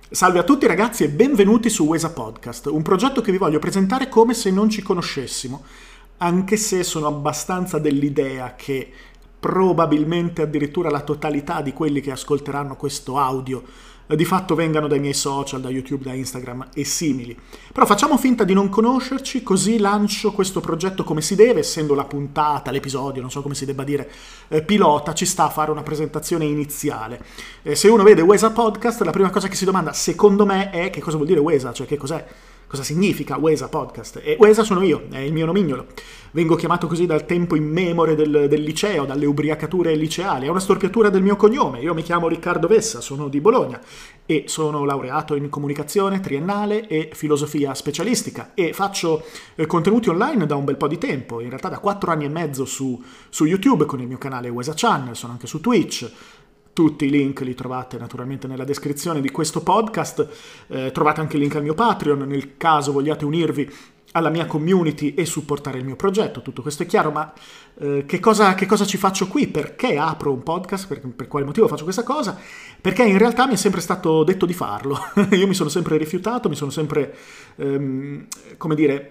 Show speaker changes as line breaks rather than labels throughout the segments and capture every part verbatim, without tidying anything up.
Salve a tutti ragazzi e benvenuti su Wesa Podcast, un progetto che vi voglio presentare come se non ci conoscessimo, anche se sono abbastanza dell'idea che probabilmente addirittura la totalità di quelli che ascolteranno questo audio di fatto vengano dai miei social, da YouTube, da Instagram e simili. Però facciamo finta di non conoscerci, così lancio questo progetto come si deve, essendo la puntata, l'episodio, non so come si debba dire, eh, pilota, ci sta a fare una presentazione iniziale. Eh, se uno vede Wesa Podcast, la prima cosa che si domanda, secondo me, è che cosa vuol dire Wesa, cioè che cos'è, cosa significa Wesa Podcast. E Wesa sono io, è il mio nomignolo. Vengo chiamato così dal tempo immemore del, del liceo, dalle ubriacature liceali. È una storpiatura del mio cognome. Io mi chiamo Riccardo Vessa, sono di Bologna e sono laureato in comunicazione triennale e filosofia specialistica e faccio eh, contenuti online da un bel po' di tempo, in realtà da quattro anni e mezzo su, su YouTube con il mio canale Wesa Channel, sono anche su Twitch. Tutti i link li trovate naturalmente nella descrizione di questo podcast, eh, trovate anche il link al mio Patreon nel caso vogliate unirvi alla mia community e supportare il mio progetto. Tutto questo è chiaro, ma eh, che, cosa, che cosa ci faccio qui? Perché apro un podcast? Per, per quale motivo faccio questa cosa? Perché in realtà mi è sempre stato detto di farlo. Io mi sono sempre rifiutato, mi sono sempre, ehm, come dire,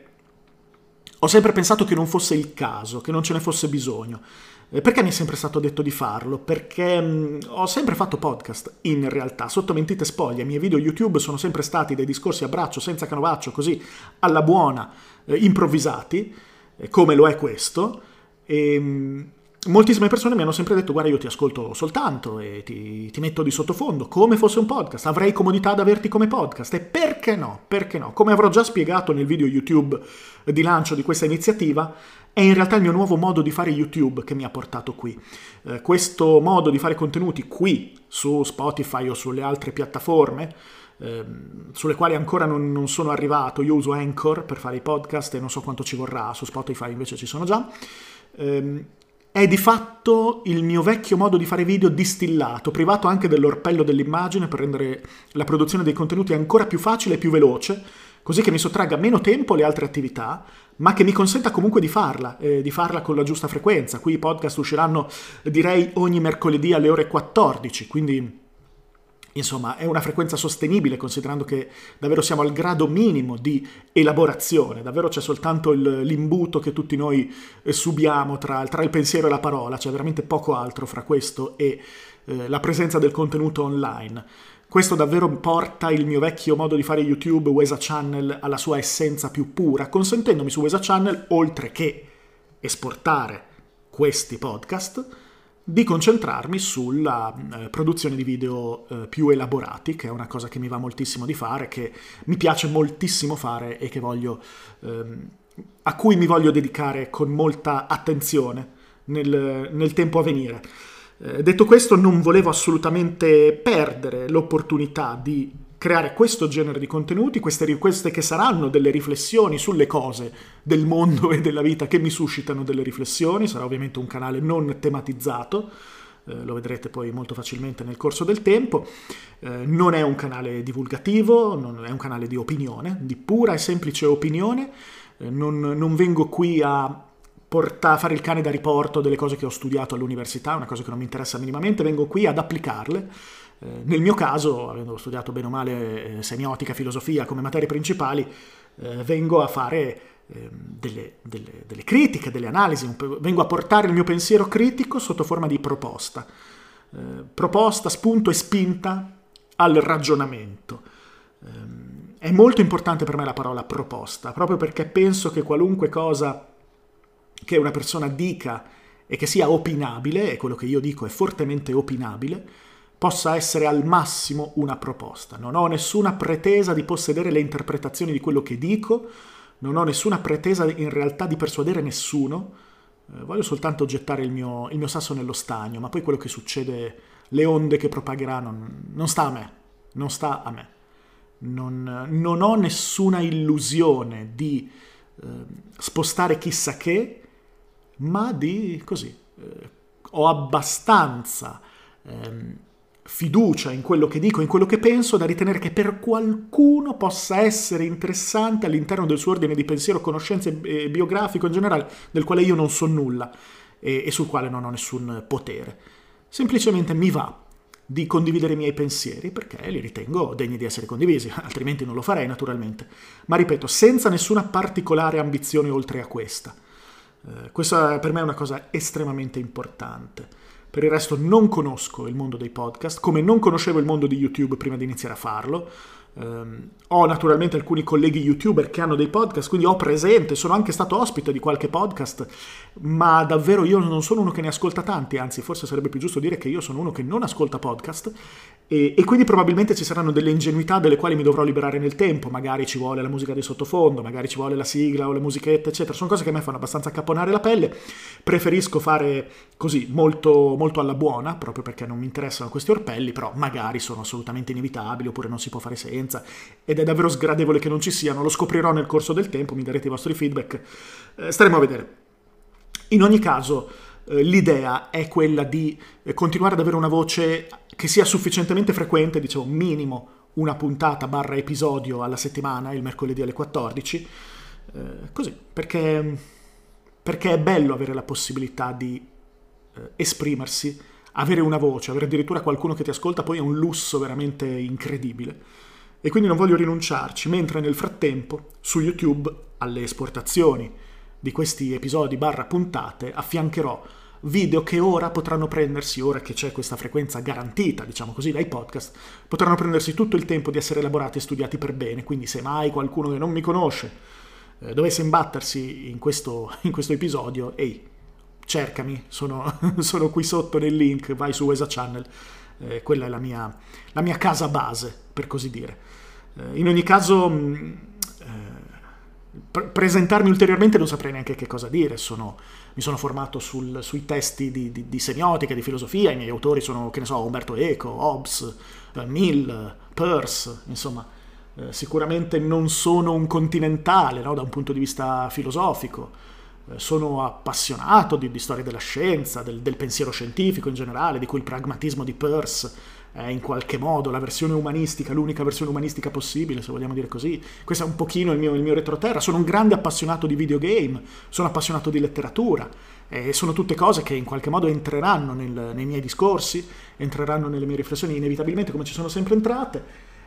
ho sempre pensato che non fosse il caso, che non ce ne fosse bisogno. Perché mi è sempre stato detto di farlo? Perché mh, ho sempre fatto podcast, in realtà, sotto mentite spoglie. I miei video YouTube sono sempre stati dei discorsi a braccio, senza canovaccio, così, alla buona, eh, improvvisati, eh, come lo è questo. E mh, moltissime persone mi hanno sempre detto, guarda, io ti ascolto soltanto e ti, ti metto di sottofondo, come fosse un podcast. Avrei comodità ad averti come podcast. E perché no? Perché no? Come avrò già spiegato nel video YouTube di lancio di questa iniziativa, è in realtà il mio nuovo modo di fare YouTube che mi ha portato qui. Eh, questo modo di fare contenuti qui, su Spotify o sulle altre piattaforme, ehm, sulle quali ancora non, non sono arrivato, io uso Anchor per fare i podcast e non so quanto ci vorrà, su Spotify invece ci sono già, ehm, è di fatto il mio vecchio modo di fare video distillato, privato anche dell'orpello dell'immagine per rendere la produzione dei contenuti ancora più facile e più veloce, così che mi sottragga meno tempo alle altre attività, ma che mi consenta comunque di farla, eh, di farla con la giusta frequenza. Qui i podcast usciranno, direi, ogni mercoledì alle ore quattordici, quindi insomma è una frequenza sostenibile considerando che davvero siamo al grado minimo di elaborazione, davvero c'è soltanto il, l'imbuto che tutti noi eh, subiamo tra, tra il pensiero e la parola, c'è veramente poco altro fra questo e eh, la presenza del contenuto online. Questo davvero porta il mio vecchio modo di fare YouTube, Wesa Channel, alla sua essenza più pura, consentendomi su Wesa Channel, oltre che esportare questi podcast, di concentrarmi sulla eh, produzione di video eh, più elaborati, che è una cosa che mi va moltissimo di fare, che mi piace moltissimo fare e che voglio, ehm, a cui mi voglio dedicare con molta attenzione nel, nel tempo a venire. Eh, detto questo, non volevo assolutamente perdere l'opportunità di creare questo genere di contenuti, queste, queste che saranno delle riflessioni sulle cose del mondo e della vita che mi suscitano delle riflessioni. Sarà ovviamente un canale non tematizzato, eh, lo vedrete poi molto facilmente nel corso del tempo. Eh, non è un canale divulgativo, non è un canale di opinione, di pura e semplice opinione. Eh, non, non vengo qui a Porta, fare il cane da riporto delle cose che ho studiato all'università, una cosa che non mi interessa minimamente, vengo qui ad applicarle. Eh, nel mio caso, avendo studiato bene o male eh, semiotica, filosofia come materie principali, eh, vengo a fare eh, delle, delle, delle critiche, delle analisi, vengo a portare il mio pensiero critico sotto forma di proposta. Eh, proposta, spunto e spinta al ragionamento. Eh, è molto importante per me la parola proposta, proprio perché penso che qualunque cosa che una persona dica e che sia opinabile, e quello che io dico è fortemente opinabile, possa essere al massimo una proposta. Non ho nessuna pretesa di possedere le interpretazioni di quello che dico, non ho nessuna pretesa in realtà di persuadere nessuno, eh, voglio soltanto gettare il mio, il mio sasso nello stagno, ma poi quello che succede, le onde che propagherà, non, non sta a me, non sta a me. Non, non ho nessuna illusione di eh, spostare chissà che, ma di così, eh, ho abbastanza ehm, fiducia in quello che dico, in quello che penso, da ritenere che per qualcuno possa essere interessante all'interno del suo ordine di pensiero, conoscenze e biografico in generale, del quale io non so nulla e, e sul quale non ho nessun potere. Semplicemente mi va di condividere i miei pensieri, perché li ritengo degni di essere condivisi, altrimenti non lo farei naturalmente. Ma ripeto, senza nessuna particolare ambizione oltre a questa. Eh, questa per me è una cosa estremamente importante. Per il resto non conosco il mondo dei podcast, come non conoscevo il mondo di YouTube prima di iniziare a farlo. Um, ho naturalmente alcuni colleghi youtuber che hanno dei podcast, quindi ho presente, sono anche stato ospite di qualche podcast, ma davvero io non sono uno che ne ascolta tanti, anzi forse sarebbe più giusto dire che io sono uno che non ascolta podcast e, e quindi probabilmente ci saranno delle ingenuità delle quali mi dovrò liberare nel tempo, magari ci vuole la musica di sottofondo, magari ci vuole la sigla o le musichette eccetera, sono cose che a me fanno abbastanza accapponare la pelle, preferisco fare così molto, molto alla buona, proprio perché non mi interessano questi orpelli, però magari sono assolutamente inevitabili oppure non si può fare senza, ed è davvero sgradevole che non ci siano, lo scoprirò nel corso del tempo, mi darete i vostri feedback, eh, staremo a vedere. In ogni caso eh, l'idea è quella di eh, continuare ad avere una voce che sia sufficientemente frequente, diciamo minimo una puntata barra episodio alla settimana, il mercoledì alle quattordici, eh, così, perché, perché è bello avere la possibilità di eh, esprimersi, avere una voce, avere addirittura qualcuno che ti ascolta, poi è un lusso veramente incredibile. E quindi non voglio rinunciarci, mentre nel frattempo su YouTube alle esportazioni di questi episodi barra puntate affiancherò video che ora potranno prendersi, ora che c'è questa frequenza garantita, diciamo così, dai podcast, potranno prendersi tutto il tempo di essere elaborati e studiati per bene, quindi se mai qualcuno che non mi conosce eh, dovesse imbattersi in questo, in questo episodio, ehi, cercami, sono, sono qui sotto nel link, vai su Wesa Channel, eh, quella è la mia, la mia casa base, per così dire. Eh, in ogni caso, mh, eh, pre- presentarmi ulteriormente non saprei neanche che cosa dire, sono, mi sono formato sul, sui testi di, di, di semiotica, di filosofia, i miei autori sono, che ne so, Umberto Eco, Hobbes, eh, Mill, Peirce, insomma, eh, sicuramente non sono un continentale, no, da un punto di vista filosofico. Sono appassionato di, di storia della scienza, del, del pensiero scientifico in generale, di cui il pragmatismo di Peirce è in qualche modo la versione umanistica, l'unica versione umanistica possibile, se vogliamo dire così. Questo è un pochino il mio, il mio retroterra. Sono un grande appassionato di videogame, sono appassionato di letteratura, e sono tutte cose che in qualche modo entreranno nel, nei miei discorsi, entreranno nelle mie riflessioni inevitabilmente, come ci sono sempre entrate,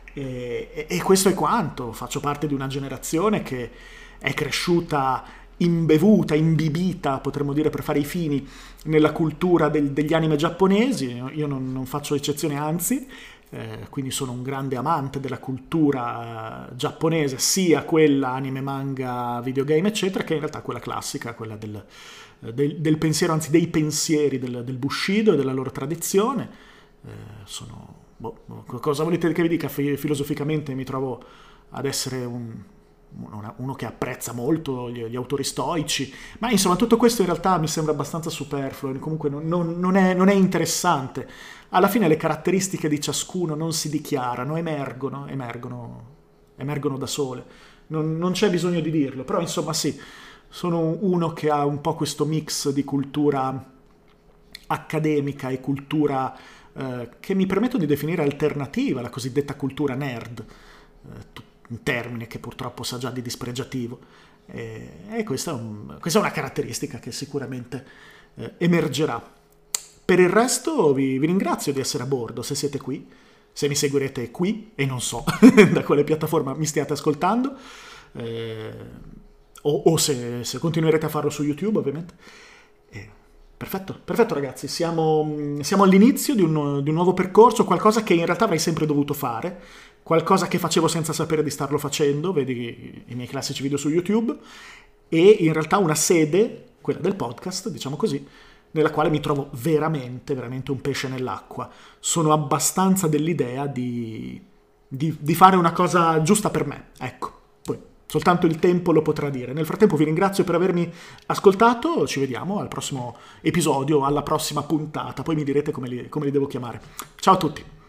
e, e, e questo è quanto. Faccio parte di una generazione che è cresciuta imbevuta, imbibita, potremmo dire per fare i fini, nella cultura del, degli anime giapponesi. Io non, non faccio eccezione, anzi, eh, quindi sono un grande amante della cultura eh, giapponese, sia quella anime, manga, videogame, eccetera, che in realtà quella classica, quella del, del, del pensiero, anzi dei pensieri del, del Bushido e della loro tradizione. Eh, sono, boh, cosa volete che vi dica? Filosoficamente mi trovo ad essere un... uno che apprezza molto gli, gli autori stoici, ma insomma tutto questo in realtà mi sembra abbastanza superfluo, comunque non, non, non, è, non è interessante. Alla fine le caratteristiche di ciascuno non si dichiarano, emergono, emergono, emergono da sole, non, non c'è bisogno di dirlo, però insomma sì, sono uno che ha un po' questo mix di cultura accademica e cultura eh, che mi permetto di definire alternativa, la cosiddetta cultura nerd, eh, un termine che purtroppo sa già di dispregiativo, e, e questa, è un, questa è una caratteristica che sicuramente eh, emergerà. Per il resto vi, vi ringrazio di essere a bordo, se siete qui, se mi seguirete qui, e non so da quale piattaforma mi stiate ascoltando, eh, o, o se, se continuerete a farlo su YouTube, ovviamente. Eh, perfetto, perfetto ragazzi, siamo, siamo all'inizio di un, di un nuovo percorso, qualcosa che in realtà avrei sempre dovuto fare, qualcosa che facevo senza sapere di starlo facendo, vedi i miei classici video su YouTube, e in realtà una sede, quella del podcast, diciamo così, nella quale mi trovo veramente, veramente un pesce nell'acqua. Sono abbastanza dell'idea di, di, di fare una cosa giusta per me, ecco. Poi soltanto il tempo lo potrà dire. Nel frattempo vi ringrazio per avermi ascoltato, ci vediamo al prossimo episodio, alla prossima puntata, poi mi direte come li, come li devo chiamare. Ciao a tutti!